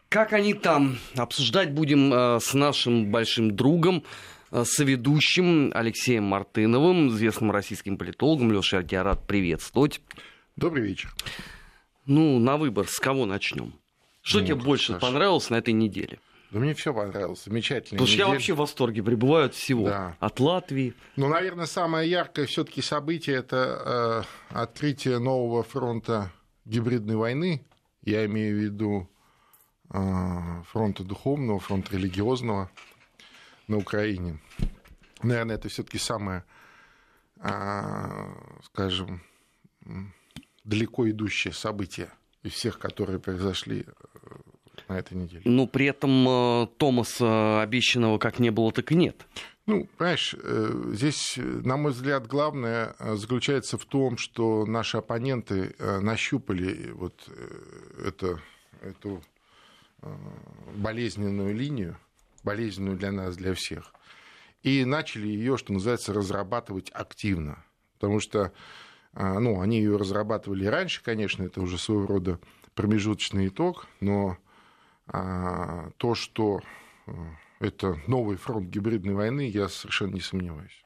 Как они там? Обсуждать будем с нашим большим другом, соведущим Алексеем Мартыновым, известным российским политологом. Леша, я тебя рад приветствовать. Добрый вечер. На выбор с кого начнем? Что тебе больше понравилось на этой неделе? Да мне все понравилось, замечательно. Потому что я вообще в восторге пребываю от всего. Да. От Латвии. Наверное, самое яркое все-таки событие — это открытие нового фронта гибридной войны. Я имею в виду фронта духовного, фронта религиозного на Украине. Наверное, это все-таки самое, скажем, далеко идущее событие из всех, которые произошли на этой неделе. Но при этом Томаса обещанного как не было, так и нет. Понимаешь, здесь, на мой взгляд, главное заключается в том, что наши оппоненты нащупали вот эту болезненную линию, болезненную для нас, для всех, и начали ее, что называется, разрабатывать активно. Потому что они ее разрабатывали и раньше, конечно, это уже своего рода промежуточный итог, но то, что это новый фронт гибридной войны, я совершенно не сомневаюсь.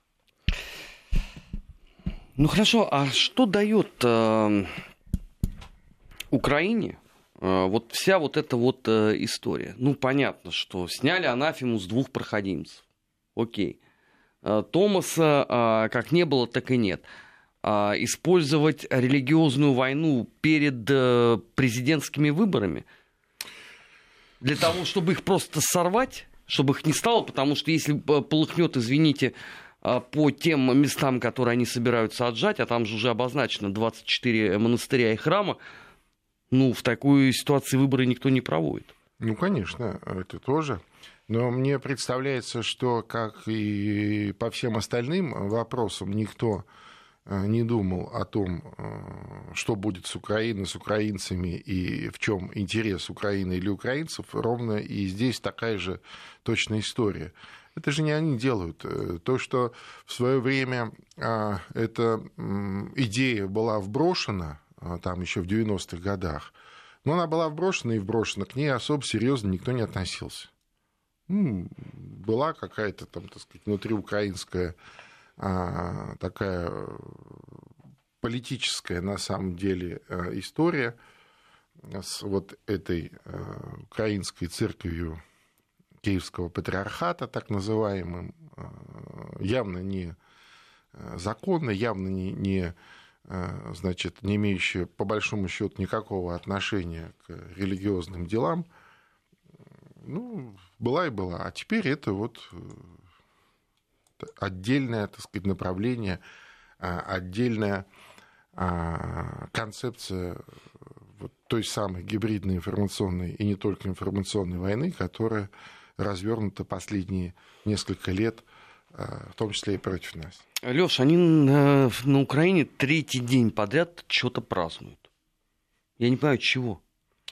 Хорошо, а что дает Украине вот вся вот эта вот история? Понятно, что сняли анафему с 2 проходимцев. Окей. Томаса как не было, так и нет. Использовать религиозную войну перед президентскими выборами для того, чтобы их просто сорвать, чтобы их не стало, потому что если полыхнет, извините, по тем местам, которые они собираются отжать, а там же уже обозначено 24 монастыря и храма, в такой ситуации выборы никто не проводит. Конечно, это тоже. Но мне представляется, что, как и по всем остальным вопросам, никто не думал о том, что будет с Украиной, с украинцами и в чем интерес Украины или украинцев, ровно и здесь такая же точная история. Это же не они делают. То, что в свое время эта идея была вброшена, там еще в 90-х годах, но она была вброшена и вброшена, к ней особо серьезно никто не относился. Была какая-то там, так сказать, внутриукраинская такая политическая, на самом деле, история с вот этой украинской церковью Киевского патриархата, так называемым, явно не законно, явно не имеющая, по большому счету, никакого отношения к религиозным делам. Была и была. А теперь это вот отдельное, так сказать, направление, отдельная концепция вот той самой гибридной информационной и не только информационной войны, которая развернута последние несколько лет, в том числе и против нас. Лёш, они на Украине 3-й день подряд что-то празднуют. Я не понимаю, чего.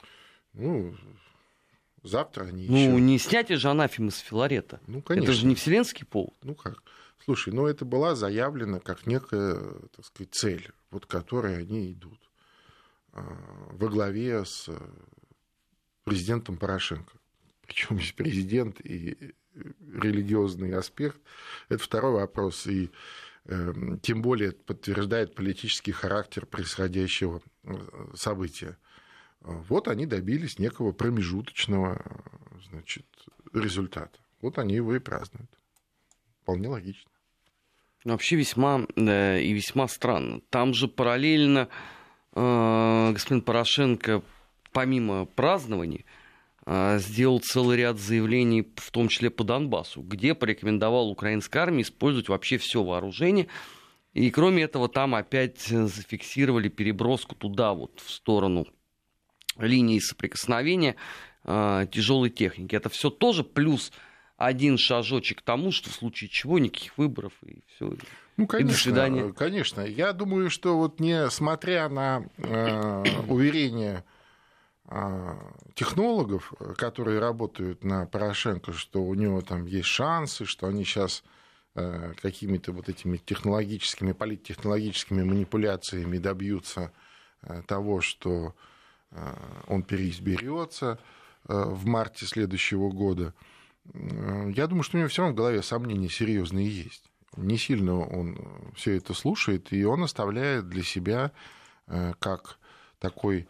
Завтра они еще... не снятие же анафемы с Филарета. Конечно. Это же не вселенский повод. Как? Слушай, это была заявлена как некая, так сказать, цель, вот к которой они идут. Во главе с президентом Порошенко. Причем здесь президент и религиозный аспект — это второй вопрос. И тем более подтверждает политический характер происходящего события. Вот они добились некого промежуточного, результата. Вот они его и празднуют. Вполне логично. Вообще весьма и весьма странно. Там же параллельно господин Порошенко, помимо празднований, сделал целый ряд заявлений, в том числе по Донбассу, где порекомендовал украинской армии использовать вообще все вооружение. И кроме этого, там опять зафиксировали переброску туда, вот в сторону линии соприкосновения тяжелой техники. Это все тоже плюс один шажочек к тому, что в случае чего никаких выборов и все. Конечно, и до свидания. Конечно. Я думаю, что вот несмотря на уверения технологов, которые работают на Порошенко, что у него там есть шансы, что они сейчас какими-то вот этими технологическими, политтехнологическими манипуляциями добьются того, что он переизберется, в марте следующего года, я думаю, что у него все равно в голове сомнения серьезные есть. Не сильно он все это слушает, и он оставляет для себя как такой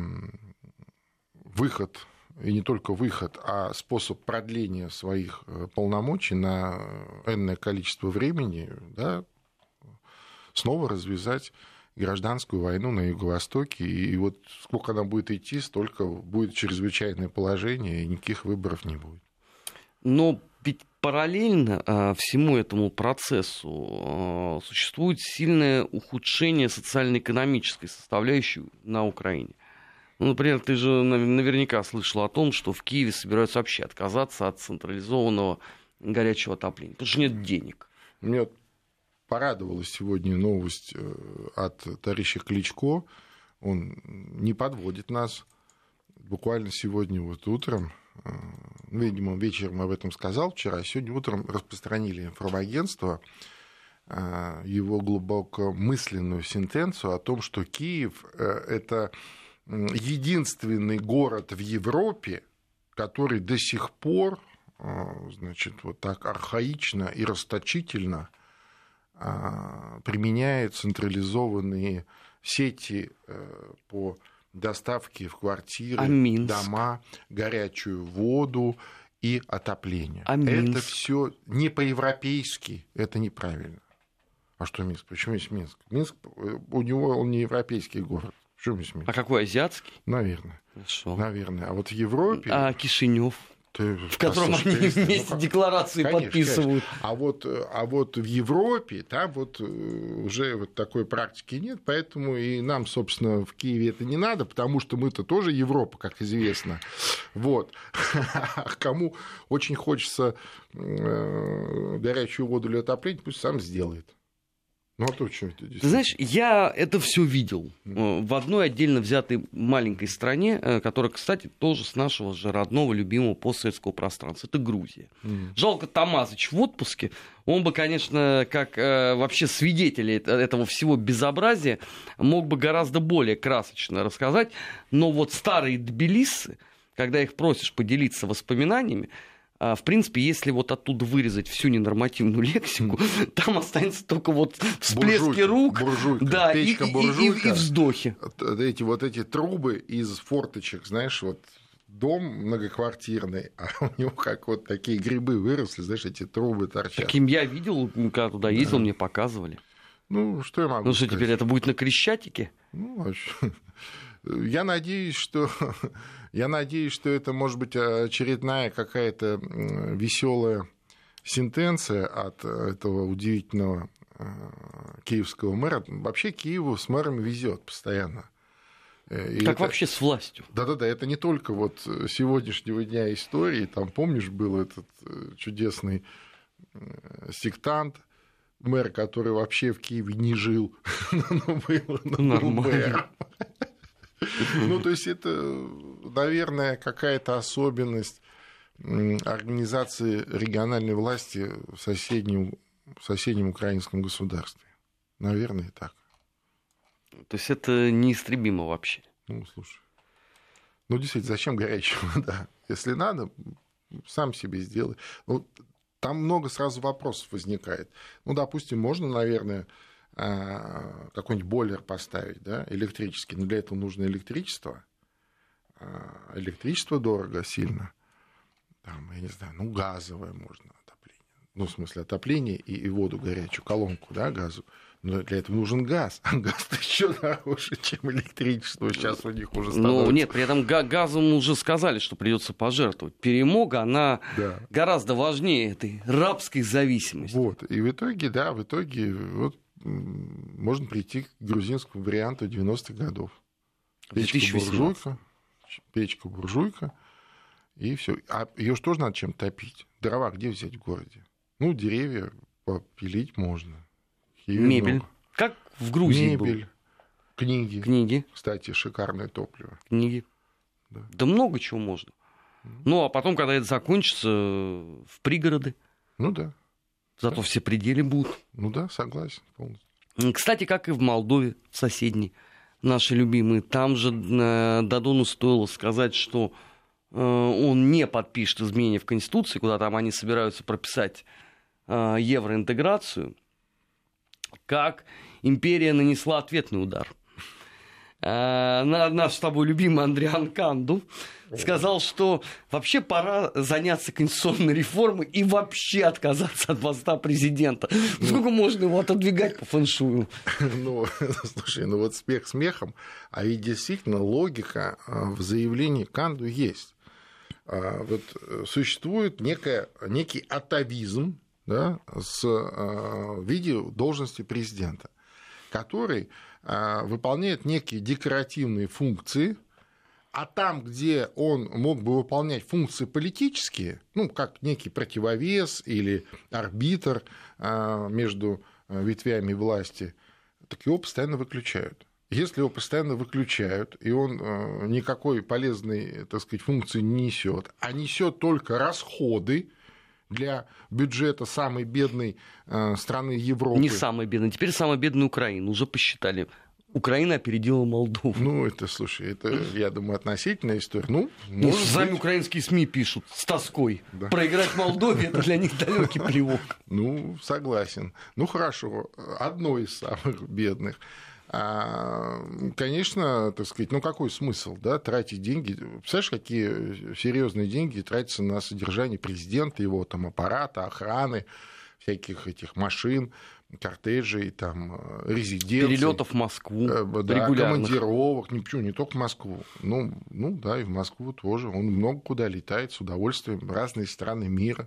выход, и не только выход, а способ продления своих полномочий на энное количество времени, да, снова развязать гражданскую войну на Юго-Востоке. И вот сколько она будет идти, столько будет чрезвычайное положение, и никаких выборов не будет. Но ведь параллельно всему этому процессу существует сильное ухудшение социально-экономической составляющей на Украине. Ну, например, ты же наверняка слышал о том, что в Киеве собираются вообще отказаться от централизованного горячего отопления, потому что нет денег. Меня порадовала сегодня новость от товарища Кличко. Он не подводит нас. Буквально сегодня вот утром, видимо, вечером об этом сказал вчера, сегодня утром распространили информагентство его глубокомысленную сентенцию о том, что Киев – это единственный город в Европе, который до сих пор, значит, вот так архаично и расточительно применяет централизованные сети по доставке в квартиры, дома, горячую воду и отопление. Это все не по-европейски, это неправильно. А что Минск? Почему есть Минск? Минск, у него он не европейский город. Почему есть Минск? А какой, азиатский? Наверное. Хорошо. Наверное. А вот в Европе... А Кишинев? В котором они вместе декларации подписывают. Конечно. А вот в Европе там вот уже вот такой практики нет, поэтому и нам, собственно, в Киеве это не надо, потому что мы-то тоже Европа, как известно. Вот. Кому очень хочется горячую воду или отопление, пусть сам сделает. Ну, а то, что это Ты знаешь, я это все видел в одной отдельно взятой маленькой стране, которая, кстати, тоже с нашего же родного, любимого постсоветского пространства. Это Грузия. Жалко, Тамазыч в отпуске. Он бы, конечно, как вообще свидетель этого всего безобразия, мог бы гораздо более красочно рассказать. Но вот старые тбилисцы, когда их просишь поделиться воспоминаниями, в принципе, если вот оттуда вырезать всю ненормативную лексику, там останется только вот всплески рук, да, и вздохи. Эти трубы из форточек, знаешь, вот дом многоквартирный, а у него как вот такие грибы выросли, знаешь, эти трубы торчат. Таким я видел, когда туда ездил, мне показывали. Ну, что я могу сказать? Ну, что теперь, это будет на Крещатике? Ну, я надеюсь, что это может быть очередная какая-то веселая сентенция от этого удивительного киевского мэра. Вообще Киеву с мэрами везет постоянно. И как это... вообще с властью? Да-да-да, это не только вот сегодняшнего дня истории. Там, помнишь, был этот чудесный сектант, мэр, который вообще в Киеве не жил, но был мэр. Ну, то есть это, наверное, какая-то особенность организации региональной власти в соседнем украинском государстве. Наверное, так. То есть это неистребимо вообще? Ну, слушай. Ну, действительно, зачем горячая вода? Если надо, сам себе сделай. Ну, там много сразу вопросов возникает. Ну, допустим, можно, наверное, какой-нибудь бойлер поставить, да, электрический, но для этого нужно электричество. Электричество дорого сильно. Там, я не знаю, ну, газовое можно отопление. Ну, в смысле, отопление и воду горячую, колонку, да, газу. Но для этого нужен газ. А газ-то еще дороже, чем электричество. Сейчас у них уже становится. Ну, нет, при этом газом уже сказали, что придется пожертвовать. Перемога, она гораздо важнее этой рабской зависимости. Вот. И в итоге, вот, можно прийти к грузинскому варианту 90-х годов. Печка-буржуйка, и все. А ее же тоже надо чем-то топить. Дрова где взять в городе? Ну, деревья попилить можно. Мебель. Много. Как в Грузии Мебель, было. Книги. Кстати, шикарное топливо. Книги. Да много чего можно. Ну, а потом, когда это закончится, в пригороды. Ну, да. Зато все пределы будут. Ну да, согласен полностью. Кстати, как и в Молдове, в соседней, наши любимые. Там же Додону стоило сказать, что он не подпишет изменения в Конституции, куда там они собираются прописать евроинтеграцию, как империя нанесла ответный удар. Наш с тобой любимый Андриан Канду сказал, что вообще пора заняться конституционной реформой и вообще отказаться от поста президента. Сколько можно его отодвигать по фэншую? Ну, слушай, ну вот смех смехом, а ведь действительно логика в заявлении Канду есть. Вот существует некий атавизм, да, в виде должности президента, который выполняет некие декоративные функции, а там, где он мог бы выполнять функции политические, ну, как некий противовес или арбитр между ветвями власти, так его постоянно выключают. Если его постоянно выключают, и он никакой полезной, так сказать, функции не несет, а несет только расходы для бюджета самой бедной страны Европы. Не самой бедной, теперь самая бедная Украина, уже посчитали. Украина опередила Молдову. Ну, это, слушай, это, я думаю, относительная история. Ну, сами украинские СМИ пишут с тоской. Да. Проиграть Молдове — это для них далекий плевок. Ну, согласен. Ну, хорошо, одно из самых бедных. Конечно, так сказать, ну какой смысл, да, тратить деньги? Представляешь, какие серьезные деньги тратятся на содержание президента, его там аппарата, охраны, всяких этих машин, кортежей, там, резиденций. Перелетов в Москву, да, командировок, ничего, не только в Москву. Ну, да, и в Москву тоже. Он много куда летает с удовольствием, в разные страны мира.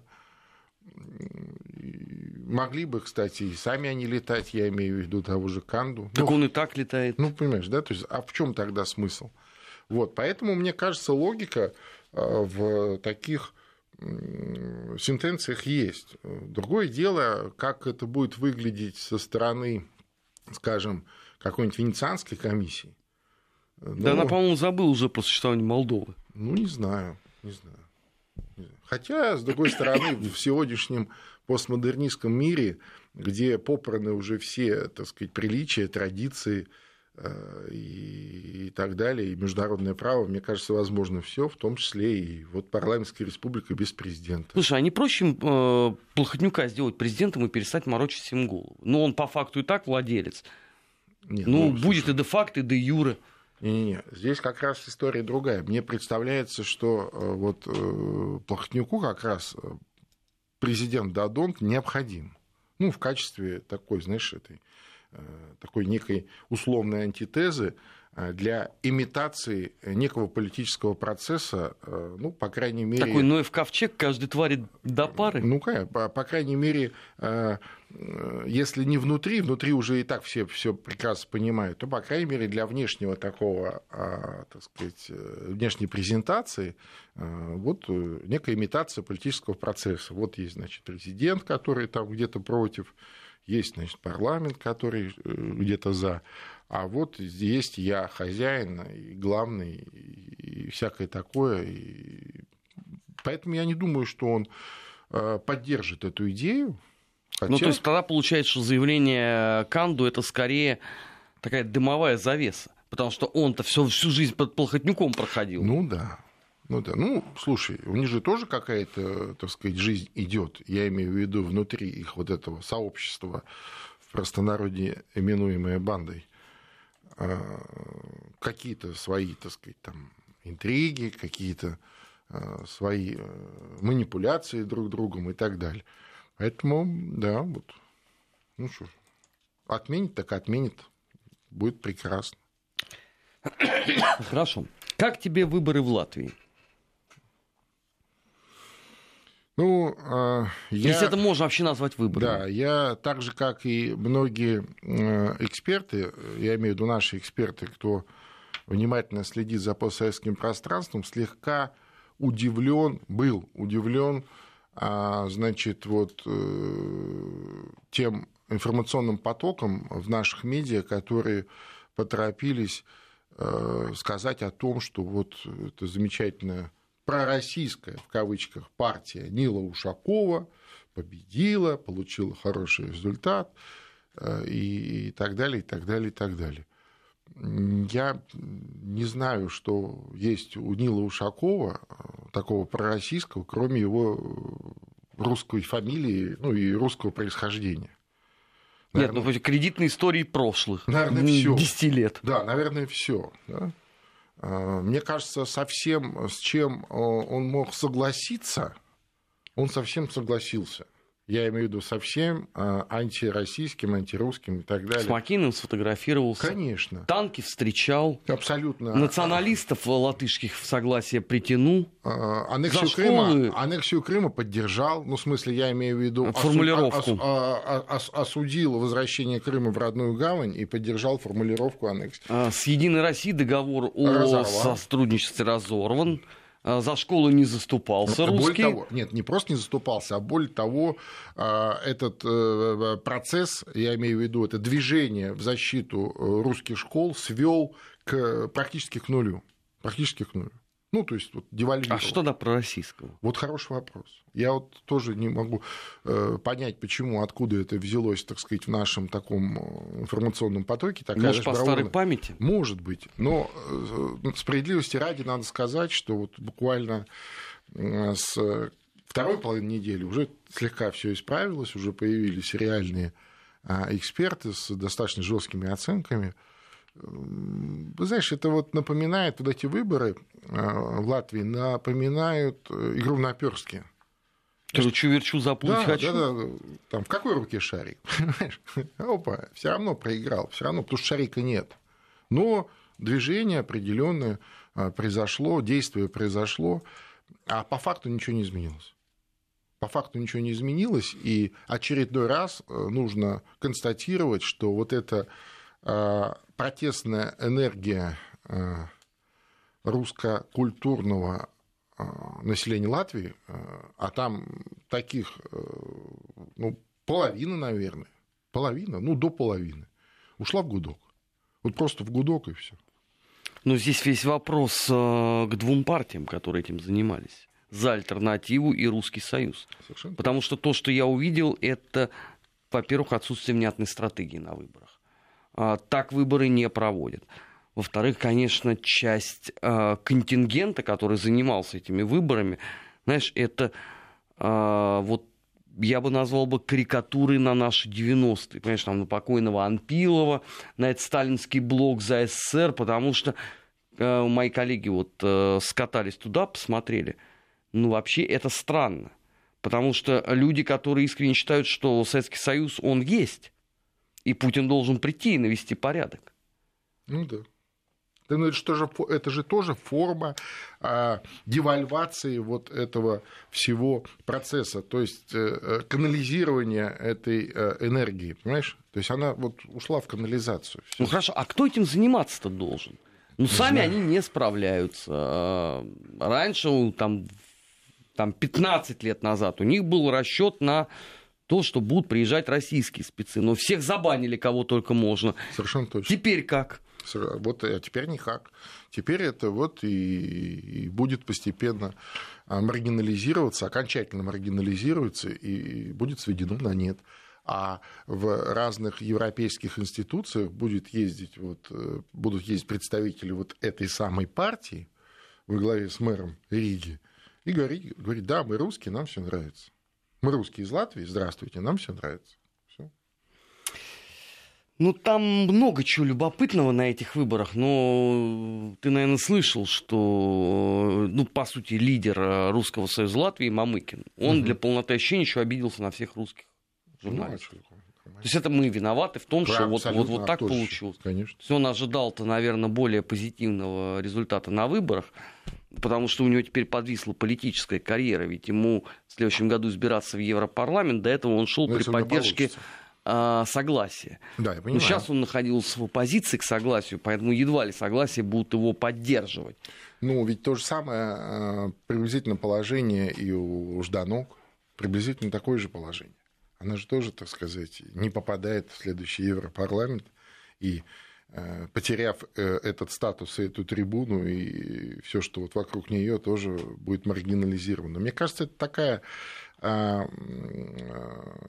Могли бы, кстати, и сами они летать, я имею в виду того же Канду. Так он и так летает. Ну, понимаешь, да? То есть, а в чем тогда смысл? Вот, поэтому, мне кажется, логика в таких сентенциях есть. Другое дело, как это будет выглядеть со стороны, скажем, какой-нибудь Венецианской комиссии. Да, она, по-моему, забыла уже про существование Молдовы. Ну, не знаю. Хотя, с другой стороны, в сегодняшнем постмодернистском мире, где попраны уже все, так сказать, приличия, традиции и так далее, и международное право, мне кажется, возможно все, в том числе и вот парламентская республика без президента. Слушай, а не проще Плохотнюка сделать президентом и перестать морочить им голову? Ну, он по факту и так владелец. Нет, будет и де-факто, и де-юре. Не-не-не, здесь как раз история другая. Мне представляется, что вот Плохотнюку как раз президент Додон необходим. Ну, в качестве такой, знаешь, такой некой условной антитезы для имитации некого политического процесса, ну, по крайней мере... Такой Ноев ковчег, каждый тварит до пары? Ну, конечно, по крайней мере, если не внутри уже и так все прекрасно понимают, то, по крайней мере, для внешнего такого, так сказать, внешней презентации, вот некая имитация политического процесса. Вот есть, значит, президент, который там где-то против, есть, значит, парламент, который где-то за, а вот есть я хозяин и главный, и всякое такое. И поэтому я не думаю, что он поддержит эту идею. Хотя... Ну, то есть тогда получается, что заявление Канду — это скорее такая дымовая завеса, потому что он-то всю жизнь под Плохотнюком проходил. Ну да. Ну, слушай, у них же тоже какая-то, так сказать, жизнь идет. Я имею в виду внутри их вот этого сообщества, в простонародье именуемое бандой. Какие-то свои, так сказать, там интриги, какие-то свои манипуляции друг другом и так далее. Поэтому, да, вот, ну что ж, отменит, так отменит, будет прекрасно. Хорошо. Как тебе выборы в Латвии? Ну, если это можно вообще назвать выборами. Да, я так же, как и многие эксперты, я имею в виду наши эксперты, кто внимательно следит за постсоветским пространством, слегка был удивлен, значит, вот тем информационным потоком в наших медиа, которые поторопились сказать о том, что вот это замечательная пророссийская, в кавычках, партия Нила Ушакова победила, получила хороший результат и так далее, и так далее, и так далее. Я не знаю, что есть у Нила Ушакова, такого пророссийского, кроме его русской фамилии, ну и русского происхождения. Наверное, нет, ну кредитные истории прошлых. Наверное, все. 10 лет. Да, наверное, все. Да? Мне кажется, совсем с чем он мог согласиться, он совсем согласился. Я имею в виду совсем антироссийским, антирусским и так далее. С Макиным сфотографировался. Конечно. Танки встречал. Абсолютно. Националистов латышских в согласие притянул. Аннексию Крыма поддержал. Ну, в смысле, я имею в виду... Формулировку. Осудил возвращение Крыма в родную гавань и поддержал формулировку аннексии. С Единой Россией договор о сотрудничестве разорван. За школу не заступался русский. Более того, нет, не просто не заступался, а более того, этот процесс, я имею в виду, это движение в защиту русских школ свел практически к нулю. Практически к нулю. Ну, то есть, вот, девальвировал. А что до пророссийского? Вот хороший вопрос. Я вот тоже не могу понять, почему, откуда это взялось, так сказать, в нашем таком информационном потоке. Такая, может, по старой памяти? Может быть. Но справедливости ради надо сказать, что вот буквально с второй половины недели уже слегка все исправилось, уже появились реальные эксперты с достаточно жесткими оценками. Вы знаешь, это вот напоминает, вот эти выборы в Латвии напоминают игру в наперстки. Кручу-верчу, заплыть хочу. Да. Там, в какой руке шарик? Опа, все равно проиграл, все равно, потому что шарика нет. Но движение определенное произошло, действие произошло, а по факту ничего не изменилось. По факту ничего не изменилось, и очередной раз нужно констатировать, что вот это протестная энергия русско-культурного населения Латвии, а там таких, ну, половина, наверное, до половины, ушла в гудок. Вот просто в гудок и все. Но здесь весь вопрос к двум партиям, которые этим занимались. За альтернативу и Русский Союз. Совершенно. Потому что то, что я увидел, это, во-первых, отсутствие внятной стратегии на выборах. Так выборы не проводят. Во-вторых, конечно, часть контингента, который занимался этими выборами, знаешь, это вот я бы назвал бы карикатурой на наши 90-е. Понимаешь, там на покойного Анпилова, на этот сталинский блок за СССР, потому что мои коллеги вот скатались туда, посмотрели. Ну, вообще, это странно. Потому что люди, которые искренне считают, что Советский Союз, он есть, и Путин должен прийти и навести порядок. Ну да. Ну, это же тоже форма девальвации вот этого всего процесса, то есть канализирования этой энергии, понимаешь? То есть она вот ушла в канализацию. Ну хорошо, а кто этим заниматься-то должен? Ну, сами они не справляются. Раньше, там 15 лет назад, у них был расчет на то, что будут приезжать российские спецы. Но всех забанили, кого только можно. Совершенно точно. Теперь как? Вот, а теперь никак. Теперь это вот и будет постепенно маргинализироваться, окончательно маргинализируется и будет сведено на нет. А в разных европейских институциях будут ездить представители вот этой самой партии во главе с мэром Риги и говорить, да, мы русские, нам все нравится. Мы русские из Латвии, здравствуйте, нам все нравится. Всё. Ну, там много чего любопытного на этих выборах, но ты, наверное, слышал, что, ну, по сути, лидер Русского Союза Латвии Мамыкин, он для полноты ощущения еще обиделся на всех русских журналистов. То есть это мы виноваты в том, что вот так точно получилось. Конечно. То есть он ожидал-то, наверное, более позитивного результата на выборах, потому что у него теперь подвисла политическая карьера, ведь ему в следующем году избираться в Европарламент, до этого он шел при поддержке согласия. Да, я понимаю. Но сейчас он находился в оппозиции к согласию, поэтому едва ли согласие будут его поддерживать. Ну, ведь то же самое приблизительно положение и у Жданок, приблизительно такое же положение. Она же тоже, так сказать, не попадает в следующий Европарламент, и потеряв этот статус и эту трибуну, и все, что вот вокруг нее, тоже будет маргинализировано. Мне кажется, это такая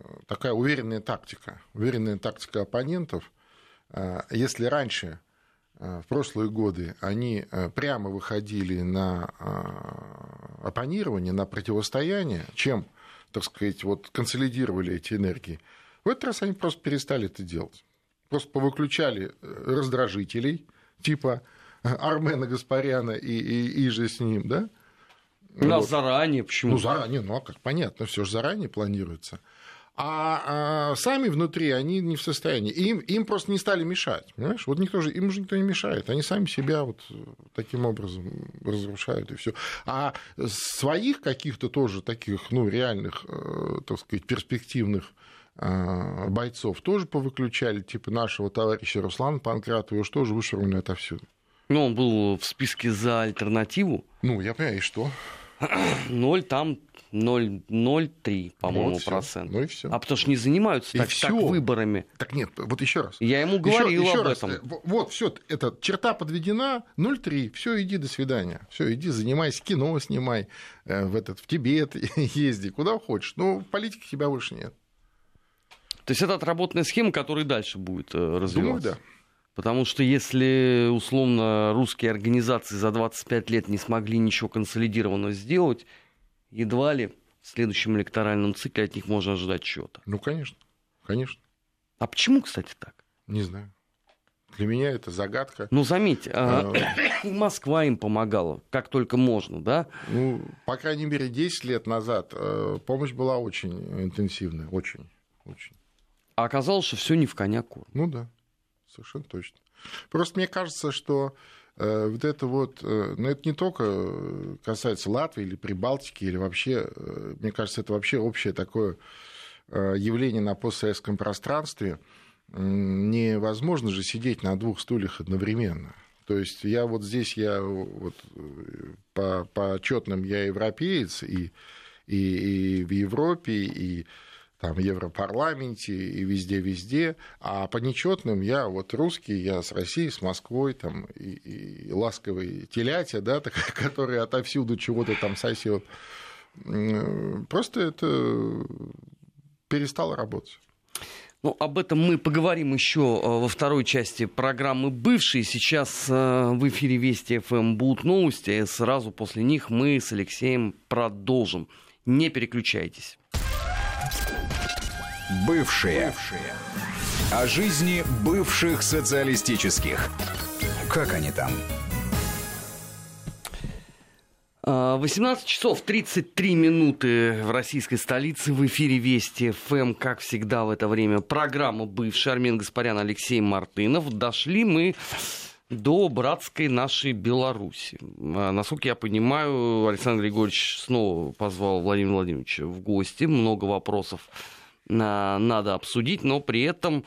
уверенная тактика оппонентов. Если раньше в прошлые годы, они прямо выходили на оппонирование, на противостояние, чем, так сказать, вот консолидировали эти энергии, в этот раз они просто перестали это делать. Просто повыключали раздражителей, типа Армена Гаспаряна и же с ним, да? Ну, вот. Заранее почему? Ну, заранее, ну, как понятно, все же заранее планируется. А сами внутри они не в состоянии. Им просто не стали мешать, понимаешь? Вот им же никто не мешает. Они сами себя вот таким образом разрушают, и все. А своих каких-то тоже таких, ну, реальных, так сказать, перспективных бойцов тоже повыключали, типа нашего товарища Руслана Панкратова, его же тоже вышвырнули отовсюду. Ну, он был в списке за альтернативу. Ну, я понимаю, и что? 0,03, по-моему, вот процент. Ну и все. А потому что не занимаются так выборами. Так нет, вот еще раз. Я ему говорил об этом. Вот, все, эта черта подведена, 0,3, все, иди, до свидания. Все, иди, занимайся, кино снимай, в Тибет езди, куда хочешь. Но в политике тебя больше нет. То есть это отработанная схема, которая дальше будет развиваться? Думаю, да. Потому что если, условно, русские организации за 25 лет не смогли ничего консолидированного сделать, едва ли в следующем электоральном цикле от них можно ожидать чего-то. Ну, конечно, конечно. А почему, кстати, так? Не знаю. Для меня это загадка. Ну, заметь, Москва им помогала, как только можно, да? Ну, по крайней мере, 10 лет назад помощь была очень интенсивная, очень, очень. А оказалось, что все не в коня корм. Ну да. Совершенно точно. Просто мне кажется, что вот это вот, ну это не только касается Латвии или Прибалтики, или вообще, мне кажется, это вообще общее такое явление на постсоветском пространстве. Невозможно же сидеть на двух стульях одновременно. То есть я вот здесь, я вот по отчетным я европеец, и в Европе, и там в Европарламенте и везде, а по нечетным я вот русский, я с Россией, с Москвой, там, и ласковый телятя, да, который отовсюду чего-то там сосет. Просто это перестало работать. Ну, об этом мы поговорим еще во второй части программы «Бывшие». Сейчас в эфире Вести ФМ будут новости, и сразу после них мы с Алексеем продолжим. Не переключайтесь. Бывшие. О жизни бывших социалистических. Как они там? 18 часов 33 минуты в российской столице. В эфире Вести ФМ, как всегда в это время, программа «Бывшие». Армен Гаспарян, Алексей Мартынов. Дошли мы до братской нашей Беларуси. Насколько я понимаю, Александр Григорьевич снова позвал Владимира Владимировича в гости. Много вопросов надо обсудить, но при этом,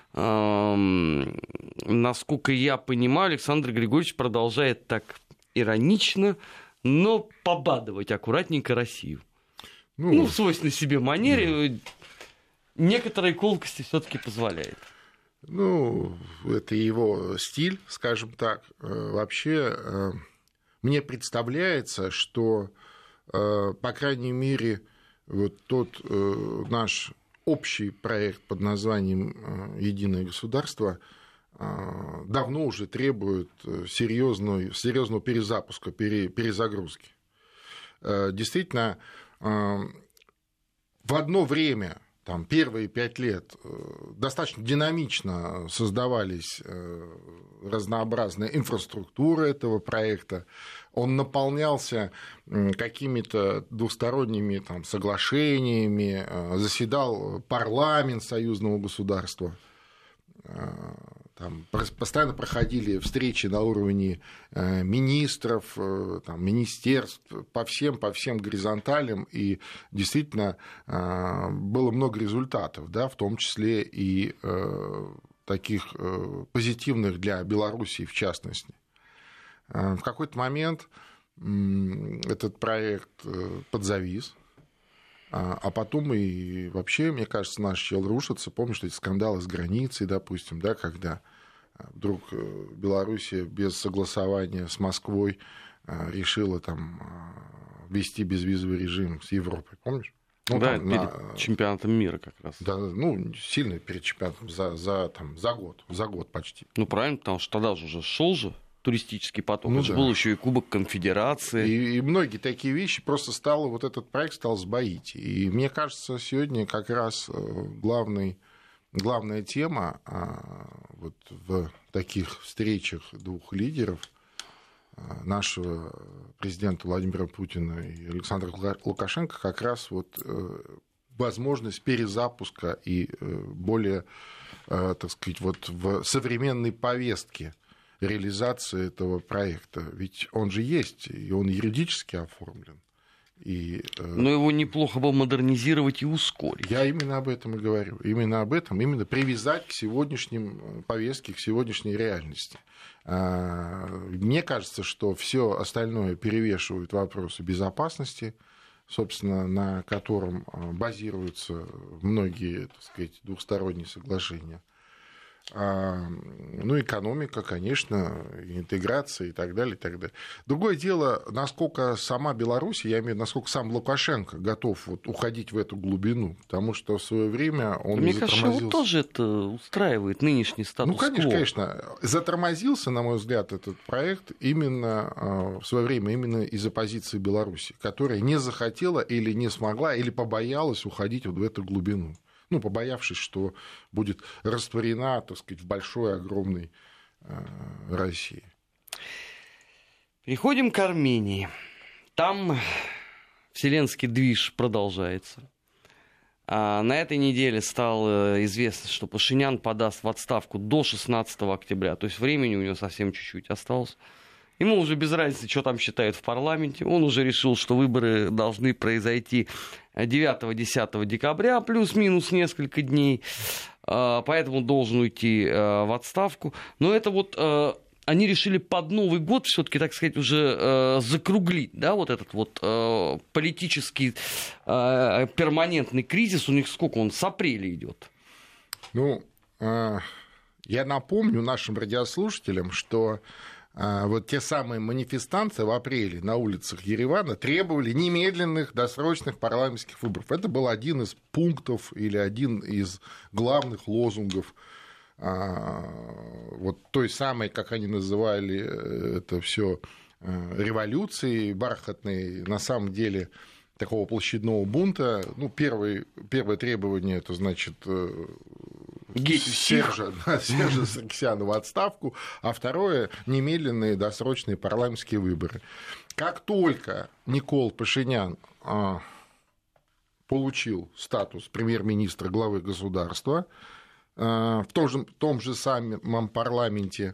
насколько я понимаю, Александр Григорьевич продолжает так иронично, но побадывать аккуратненько Россию. Ну в свойственной себе манере некоторые колкости все-таки позволяет. Ну, это его стиль, скажем так. Вообще, мне представляется, что, по крайней мере, вот тот наш общий проект под названием «Единое государство» давно уже требует серьезного перезапуска, перезагрузки. Действительно, в одно время, там, первые 5 лет, достаточно динамично создавались разнообразная инфраструктура этого проекта. Он наполнялся какими-то двусторонними там, соглашениями, заседал парламент союзного государства. Там постоянно проходили встречи на уровне министров, там, министерств, по всем горизонталям, и действительно было много результатов, да, в том числе и таких позитивных для Белоруссии в частности. В какой-то момент этот проект подзавис, а потом и вообще, мне кажется, наш чел рушится. Помнишь, эти скандалы с границей, допустим, да, когда вдруг Белоруссия без согласования с Москвой решила там ввести безвизовый режим с Европой, помнишь? Ну, да, перед чемпионатом мира как раз. Да, ну, сильно перед чемпионатом, за год почти. Ну, правильно, потому что тогда уже шел туристический поток. Ну, был еще и Кубок Конфедерации. И многие такие вещи просто вот этот проект стал сбоить. И мне кажется, сегодня как раз главная тема вот в таких встречах двух лидеров, нашего президента Владимира Путина и Александра Лукашенко, как раз вот возможность перезапуска и более, так сказать, вот в современной повестке реализации этого проекта. Ведь он же есть, и он юридически оформлен. Но его неплохо бы модернизировать и ускорить. Я именно об этом и говорю. Именно привязать к сегодняшним повестке, к сегодняшней реальности. Мне кажется, что все остальное перевешивают вопросы безопасности, собственно, на котором базируются многие, так сказать, двухсторонние соглашения. Ну, экономика, конечно, интеграция и так далее, и так далее. Другое дело, насколько сама Беларусь, я имею в виду, насколько сам Лукашенко готов вот уходить в эту глубину, потому что в свое время он Мне кажется, его тоже это устраивает, нынешний статус-кво. Ну, конечно. Затормозился, на мой взгляд, этот проект именно в свое время именно из-за позиции Беларуси, которая не захотела или не смогла, или побоялась уходить вот в эту глубину. Ну, побоявшись, что будет растворена, так сказать, в большой, огромной России. Переходим к Армении. Там вселенский движ продолжается. На этой неделе стало известно, что Пашинян подаст в отставку до 16 октября. То есть времени у него совсем чуть-чуть осталось. Ему уже без разницы, что там считают в парламенте. Он уже решил, что выборы должны произойти 9-10 декабря, плюс-минус несколько дней. Поэтому должен уйти в отставку. Но это вот они решили под Новый год все-таки, так сказать, уже закруглить, да, вот этот вот политический перманентный кризис. У них сколько он с апреля идет? Ну, я напомню нашим радиослушателям, что вот те самые манифестанты в апреле на улицах Еревана требовали немедленных досрочных парламентских выборов. Это был один из пунктов или один из главных лозунгов вот той самой, как они называли это все, революции бархатной, на самом деле такого площадного бунта. Ну, первое требование, это значит Сержа Саркисяна в отставку, а второе — немедленные досрочные парламентские выборы. Как только Никол Пашинян получил статус премьер-министра, главы государства в том же самом парламенте,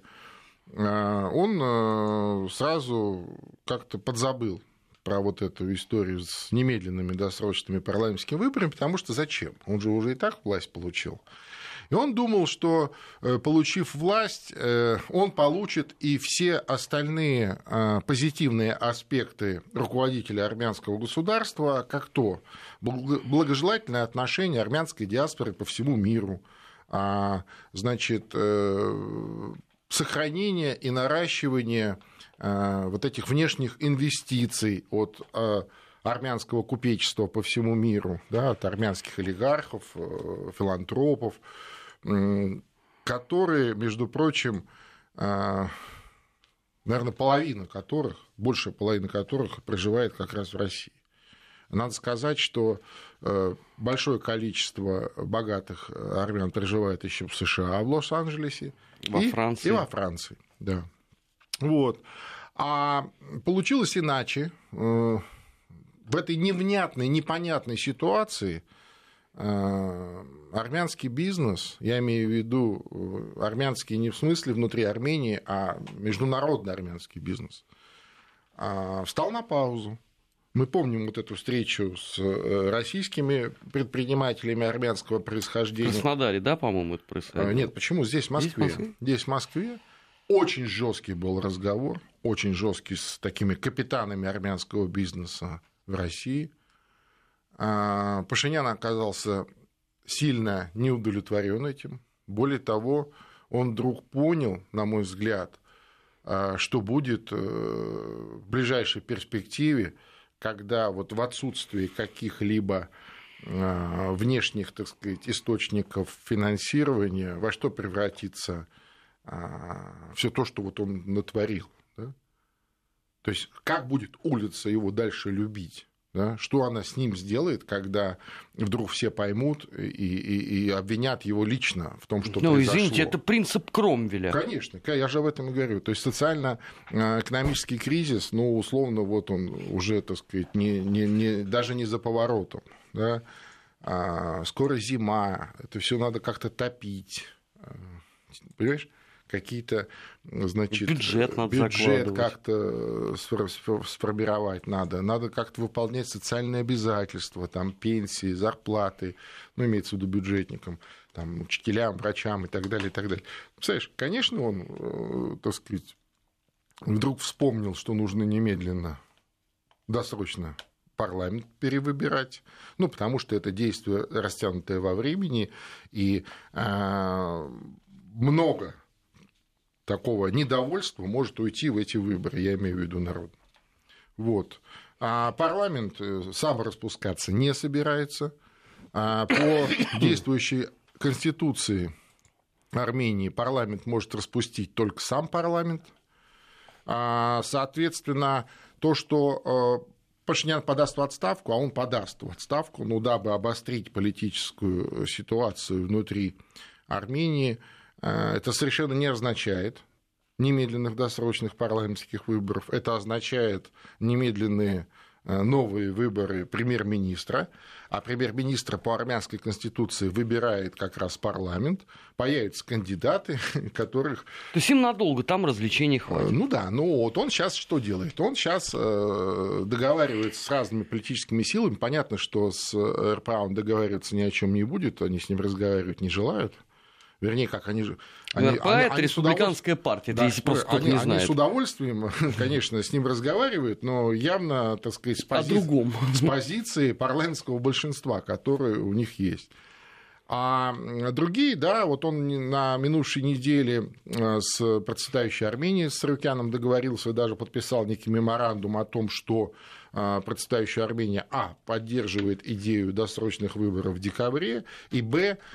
он сразу как-то подзабыл про вот эту историю с немедленными досрочными парламентскими выборами, потому что зачем? Он же уже и так власть получил. И он думал, что, получив власть, он получит и все остальные позитивные аспекты руководителя армянского государства, как то благожелательное отношение армянской диаспоры по всему миру, значит, сохранение и наращивание вот этих внешних инвестиций от армянского купечества по всему миру, да, от армянских олигархов, филантропов, которые, между прочим, наверное, большая половина которых проживает как раз в России. Надо сказать, что большое количество богатых армян проживает еще в США, в Лос-Анджелесе и во Франции. Да. Вот. А получилось иначе. В этой невнятной, непонятной ситуации армянский бизнес, я имею в виду армянский не в смысле внутри Армении, а международный армянский бизнес, встал на паузу. Мы помним вот эту встречу с российскими предпринимателями армянского происхождения. В Краснодаре, да, по-моему, это происходило? Нет, почему? Здесь, в Москве. Здесь, в Москве. Очень жесткий был разговор, очень жесткий с такими капитанами армянского бизнеса в России. Пашинян оказался сильно неудовлетворен этим. Более того, он вдруг понял, на мой взгляд, что будет в ближайшей перспективе, когда вот в отсутствии каких-либо внешних, так сказать, источников финансирования, во что превратится все то, что вот он натворил. Да? То есть как будет улица его дальше любить? Да? Что она с ним сделает, когда вдруг все поймут и обвинят его лично в том, что произошло? Извините, это принцип Кромвеля. Конечно, я же об этом и говорю. То есть социально-экономический кризис, условно, вот он уже, так сказать, даже не за поворотом. Да? Скоро зима, это все надо как-то топить. Понимаешь? Какие-то, значит, бюджет как-то сформировать надо. Надо как-то выполнять социальные обязательства, там, пенсии, зарплаты, имеется в виду бюджетникам, там, учителям, врачам и так далее, и так далее. Представляешь, конечно, он, так сказать, вдруг вспомнил, что нужно немедленно, досрочно парламент перевыбирать, потому что это действие растянутое во времени, и много такого недовольства может уйти в эти выборы, я имею в виду народ. Вот. А парламент сам распускаться не собирается. По действующей конституции Армении парламент может распустить только сам парламент. Соответственно, то, что Пашинян подаст в отставку, а он подаст в отставку, дабы обострить политическую ситуацию внутри Армении, это совершенно не означает немедленных досрочных парламентских выборов. Это означает немедленные новые выборы премьер-министра. А премьер-министра по армянской конституции выбирает как раз парламент. Появятся кандидаты, которых... То есть им надолго там развлечений хватит. Вот он сейчас что делает? Он сейчас договаривается с разными политическими силами. Понятно, что с РПА он договариваться ни о чем не будет. Они с ним разговаривать не желают. Вернее, как они же... Это республиканская партия, да, если просто кто-то не знает. Они с удовольствием, конечно, с ним разговаривают, но явно, так сказать, с позиции парламентского большинства, которое у них есть. А другие, да, вот он на минувшей неделе с процветающей Арменией, с Сарукяном договорился и даже подписал некий меморандум о том, что процветающая Армения, поддерживает идею досрочных выборов в декабре, и,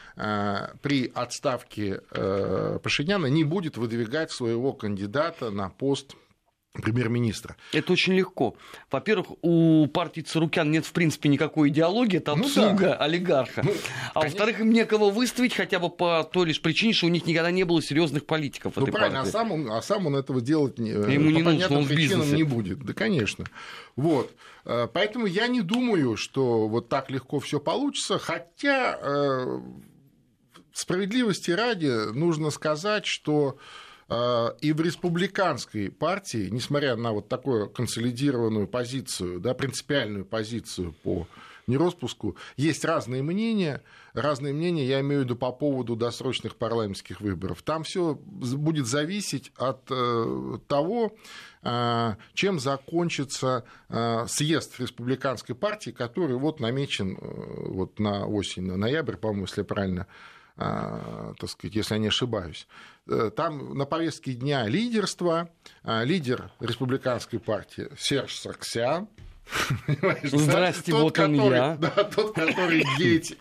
при отставке Пашиняна не будет выдвигать своего кандидата на пост премьер-министра. Это очень легко. Во-первых, у партии Царукян нет, в принципе, никакой идеологии, это обслуга олигарха. А во-вторых, им некого выставить хотя бы по той лишь причине, что у них никогда не было серьезных политиков в этой правильно, партии. А сам он этого делать по понятным причинам не будет. Да, конечно. Вот. Поэтому я не думаю, что вот так легко все получится, хотя справедливости ради нужно сказать, что и в республиканской партии, несмотря на вот такую консолидированную позицию, да, принципиальную позицию по нероспуску, есть разные мнения, я имею в виду по поводу досрочных парламентских выборов. Там все будет зависеть от того, чем закончится съезд республиканской партии, который вот намечен вот на осень, на ноябрь, по-моему, если я правильно, так сказать, если я не ошибаюсь. Там на повестке дня лидерство, лидер республиканской партии Серж Саргсян. Здрасте, вот он я. Да, тот, который геть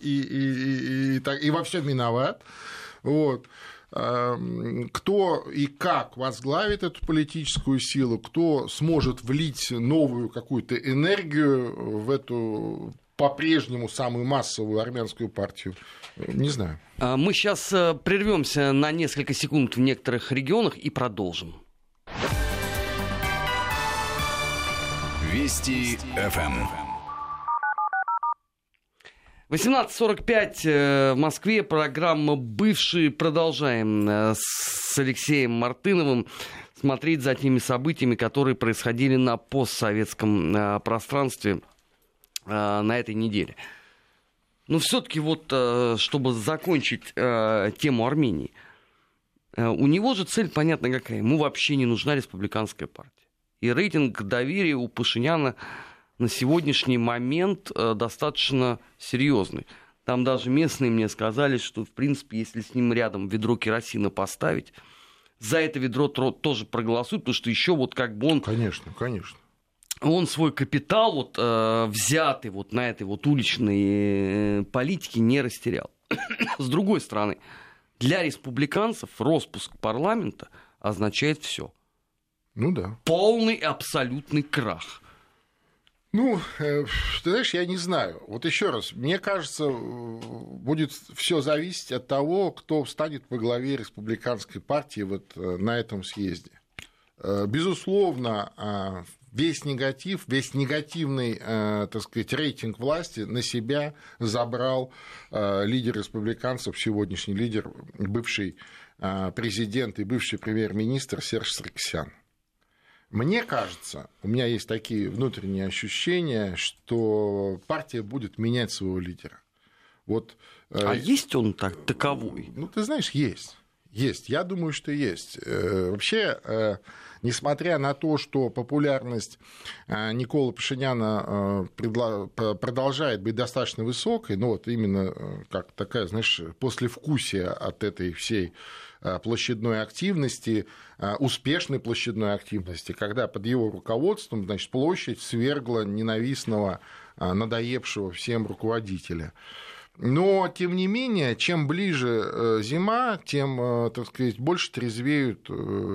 и во всем виноват. Вот. Кто и как возглавит эту политическую силу, кто сможет влить новую какую-то энергию в эту по-прежнему самую массовую армянскую партию, не знаю. Мы сейчас прервемся на несколько секунд в некоторых регионах и продолжим. Вести ФМ. 18:45 в Москве. Программа «Бывшие». Продолжаем с Алексеем Мартыновым смотреть за теми событиями, которые происходили на постсоветском пространстве на этой неделе. Но все-таки вот, чтобы закончить тему Армении, у него же цель понятна какая. Ему вообще не нужна республиканская партия. И рейтинг доверия у Пашиняна на сегодняшний момент достаточно серьезный. Там даже местные мне сказали, что, в принципе, если с ним рядом ведро керосина поставить, за это ведро тоже проголосуют, потому что еще вот как бы он... Конечно. он свой капитал, вот, взятый вот на этой вот уличной политике, не растерял. С другой стороны, для республиканцев распуск парламента означает все. Ну да. Полный абсолютный крах. Ну, ты знаешь, я не знаю. Вот еще раз, мне кажется, будет все зависеть от того, кто станет во главе республиканской партии вот на этом съезде. Безусловно, весь негатив, весь негативный, так сказать, рейтинг власти на себя забрал лидер республиканцев, сегодняшний лидер, бывший президент и бывший премьер-министр Серж Саркисян. Мне кажется, у меня есть такие внутренние ощущения, что партия будет менять своего лидера. Вот, есть он таковой? Ну, ты знаешь, есть. Есть. Я думаю, что есть. Вообще, несмотря на то, что популярность Николы Пашиняна продолжает быть достаточно высокой, ну вот именно как такая, знаешь, послевкусие от этой всей площадной активности, успешной площадной активности, когда под его руководством, значит, площадь свергла ненавистного, надоевшего всем руководителя. Но, тем не менее, чем ближе зима, тем, так сказать, больше трезвеют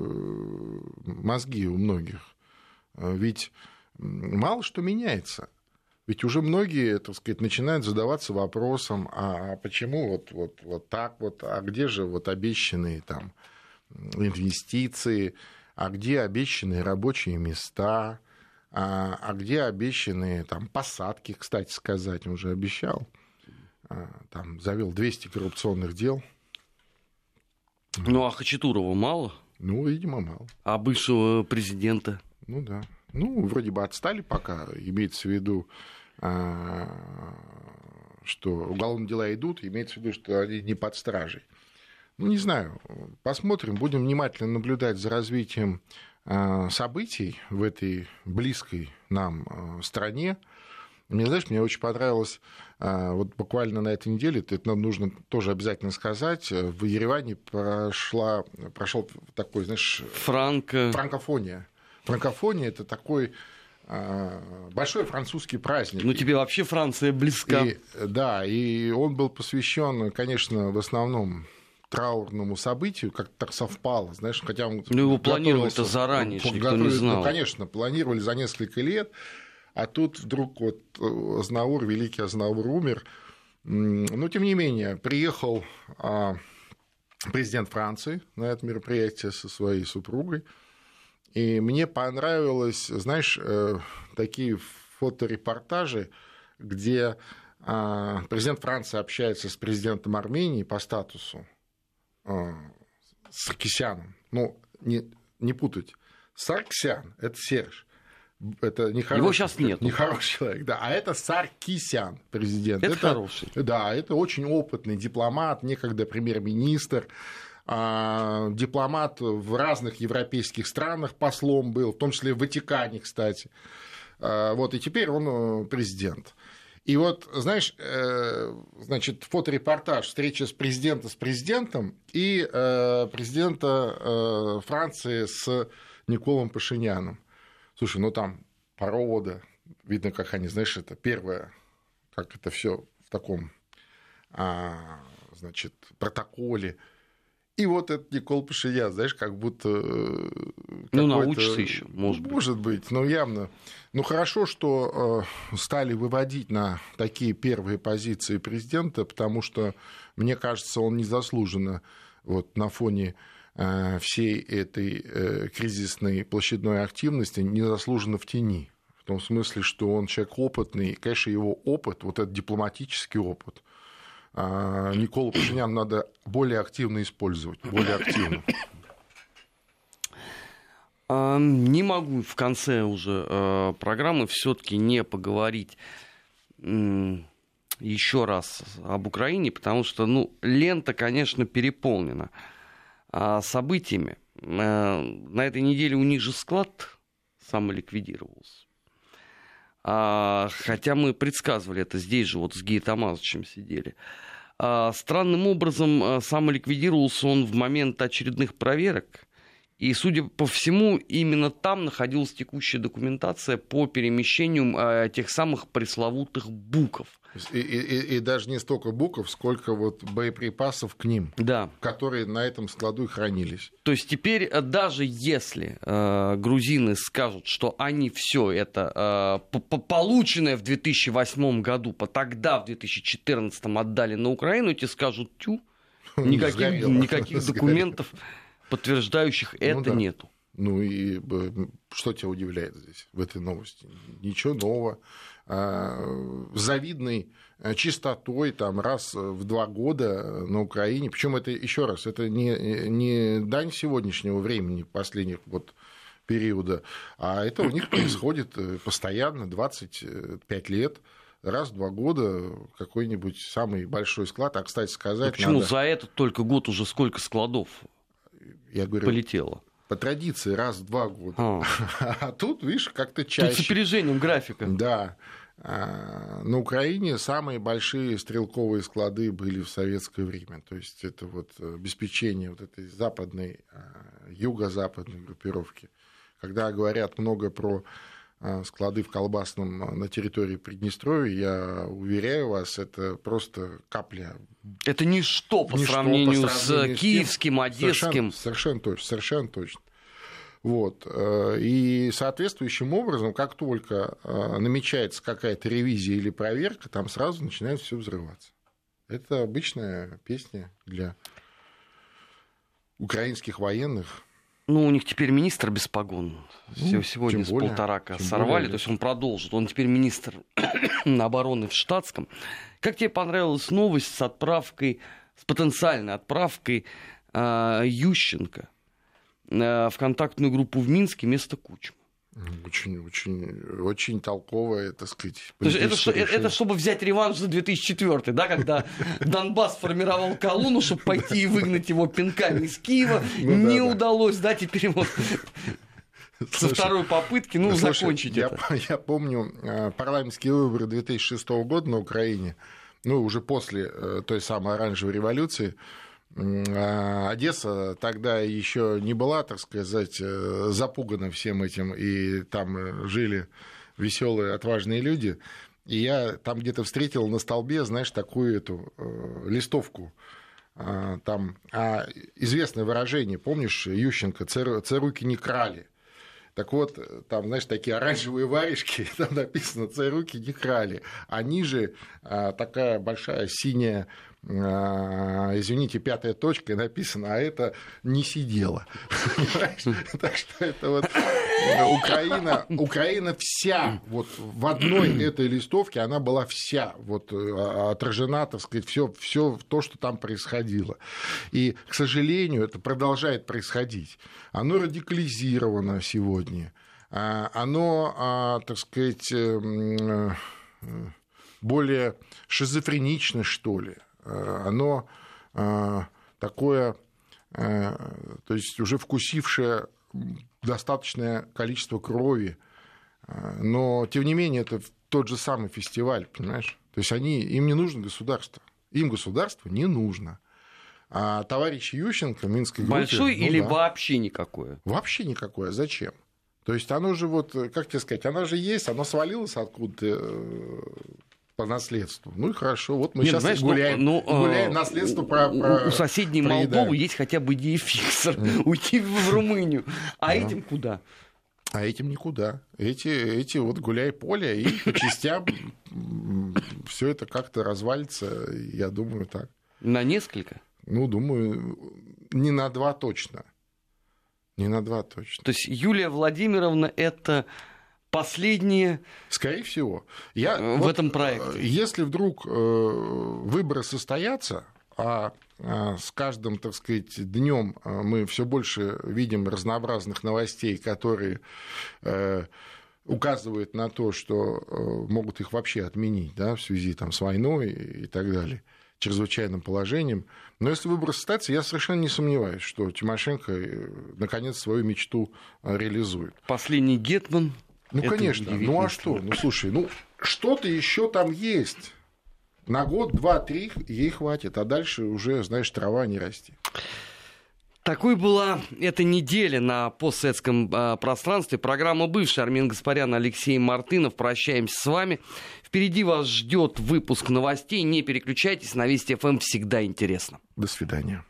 мозги у многих. Ведь мало что меняется. Ведь уже многие, так сказать, начинают задаваться вопросом, а почему вот так вот, а где же вот обещанные там инвестиции, а где обещанные рабочие места, а где обещанные там посадки, кстати сказать, он же обещал. Там завел 200 коррупционных дел. Ну, а Хачатурова мало? Ну, видимо, мало. А бывшего президента? Ну, да. Ну, вроде бы отстали пока. Имеется в виду, что уголовные дела идут, имеется в виду, что они не под стражей. Ну, не знаю. Посмотрим. Будем внимательно наблюдать за развитием событий в этой близкой нам стране. Мне, знаешь, мне очень понравилось, вот буквально на этой неделе, это нам нужно тоже обязательно сказать, в Ереване прошел такой, знаешь, франкофония. Франкофония – это такой большой французский праздник. Ну, тебе вообще Франция близка. Да, и он был посвящен, конечно, в основном траурному событию, как-то так совпало, знаешь, хотя он... Ну, его планировали-то заранее, никто не знал. Ну, конечно, планировали за несколько лет. А тут вдруг вот Азнаур, великий Азнаур умер. Но, тем не менее, приехал президент Франции на это мероприятие со своей супругой. И мне понравилось, знаешь, такие фоторепортажи, где президент Франции общается с президентом Армении по статусу, Саркисяном. Ну, не путать. Саркисян – это Серж. Это не хороший, его сейчас нет. Нехороший человек, да. А это Саркисян, президент. Это хороший. Да, это очень опытный дипломат, некогда премьер-министр, дипломат в разных европейских странах, послом был, в том числе в Ватикане, кстати. Вот, и теперь он президент. И вот, знаешь, значит, фоторепортаж, встреча с президентом и президента Франции с Николом Пашиняном. Слушай, ну там порода, видно, как они, знаешь, это первое, как это все в таком, значит, протоколе. И вот этот Никола Пашинян, знаешь, как будто... Ну, научится еще, может быть. Может быть, но явно. Ну, хорошо, что стали выводить на такие первые позиции президента, потому что, мне кажется, он незаслуженно вот на фоне всей этой кризисной площадной активности незаслуженно в тени. В том смысле, что он человек опытный, и, конечно, его опыт, вот этот дипломатический опыт, Николу Пашиняну надо более активно использовать, более активно. Не могу в конце уже программы все-таки не поговорить еще раз об Украине, потому что, ну, лента, конечно, переполнена событиями. На этой неделе у них же склад самоликвидировался. Хотя мы предсказывали это здесь же, вот с Геей Тамазовичем сидели. Странным образом самоликвидировался он в момент очередных проверок И, судя по всему, именно там находилась текущая документация по перемещению тех самых пресловутых буков. И даже не столько букв, сколько вот боеприпасов к ним, да, которые на этом складу и хранились. То есть теперь, даже если грузины скажут, что они все это полученное в 2008 году, тогда в 2014 отдали на Украину, те скажут: тю, никаких документов, подтверждающих это, нету. Ну и что тебя удивляет здесь, в этой новости? Ничего нового. Завидной чистотой там, раз в 2 года на Украине. Причем это, еще раз, это не дань сегодняшнего времени, последних вот периода, а это у них происходит постоянно, 25 лет. Раз в 2 года какой-нибудь самый большой склад. А, кстати сказать... Почему за этот только год уже сколько складов полетело? По традиции раз в 2 года. А тут, видишь, как-то чаще. Тут с опережением графика. Да. На Украине самые большие стрелковые склады были в советское время. То есть это вот обеспечение вот этой западной, юго-западной группировки. Когда говорят много про склады в Колбасном на территории Приднестровья, я уверяю вас, это просто капля. Это ничто по сравнению с киевским, одесским. Совершенно точно. Вот. И соответствующим образом, как только намечается какая-то ревизия или проверка, там сразу начинает все взрываться. Это обычная песня для украинских военных. Ну, у них теперь министр без погон. Сегодня с полторака сорвали, то есть он продолжит. Он теперь министр обороны в штатском. Как тебе понравилась новость с потенциальной отправкой Ющенко в контактную группу в Минске вместо Кучмы? Очень толковое, так сказать. То есть это чтобы взять реванш за 2004, да, когда Донбасс формировал колонну, чтобы пойти и выгнать его пинками из Киева. Не удалось, да, теперь вот со второй попытки, закончить это. Я помню парламентские выборы 2006 года на Украине, уже после той самой оранжевой революции. Одесса тогда еще не была, так сказать, запугана всем этим, и там жили веселые, отважные люди. И я там где-то встретил на столбе, знаешь, такую эту листовку. Там известное выражение, помнишь, Ющенко, «Царуки не крали». Так вот, там, знаешь, такие оранжевые варежки, там написано «Царуки не крали». А ниже такая большая синяя, извините, 5-я точка, и написано: а это не сидело. Так что это вот Украина вся, вот в одной этой листовке она была вся вот отражена, так сказать, все то, что там происходило. И, к сожалению, это продолжает происходить. Оно радикализировано сегодня. Оно, так сказать, более шизофренично, что ли. Оно такое, то есть уже вкусившее достаточное количество крови, но, тем не менее, это тот же самый фестиваль, понимаешь? То есть им не нужно государство, им государство не нужно. А товарищ Ющенко в Минской группе... Большой или вообще никакое? Вообще никакое. Зачем? То есть оно же, вот, как тебе сказать, оно же есть, оно свалилось откуда-то по наследству. Ну и хорошо, вот мы сейчас гуляем наследство у соседней Молдовы есть хотя бы идея фиксер, уйти в Румынию. А этим куда? А этим никуда. Эти вот гуляй поле, и по частям все это как-то развалится, я думаю, так. На несколько? Думаю, не на 2 точно. Не на 2 точно. То есть Юлия Владимировна — это последние... Скорее всего. В этом проекте. Если вдруг выборы состоятся, а с каждым, так сказать, днем мы все больше видим разнообразных новостей, которые указывают на то, что могут их вообще отменить, да, в связи там, с войной и так далее, чрезвычайным положением. Но если выборы состоятся, я совершенно не сомневаюсь, что Тимошенко наконец свою мечту реализует. Последний гетман. Конечно. А что? Слушай, что-то еще там есть. На год, 2, 3 ей хватит, а дальше уже, знаешь, трава не расти. Такой была эта неделя на постсоветском пространстве. Программа «Бывшая». Армин Гаспарян, Алексей Мартынов. Прощаемся с вами. Впереди вас ждет выпуск новостей. Не переключайтесь. На Вести ФМ всегда интересно. До свидания.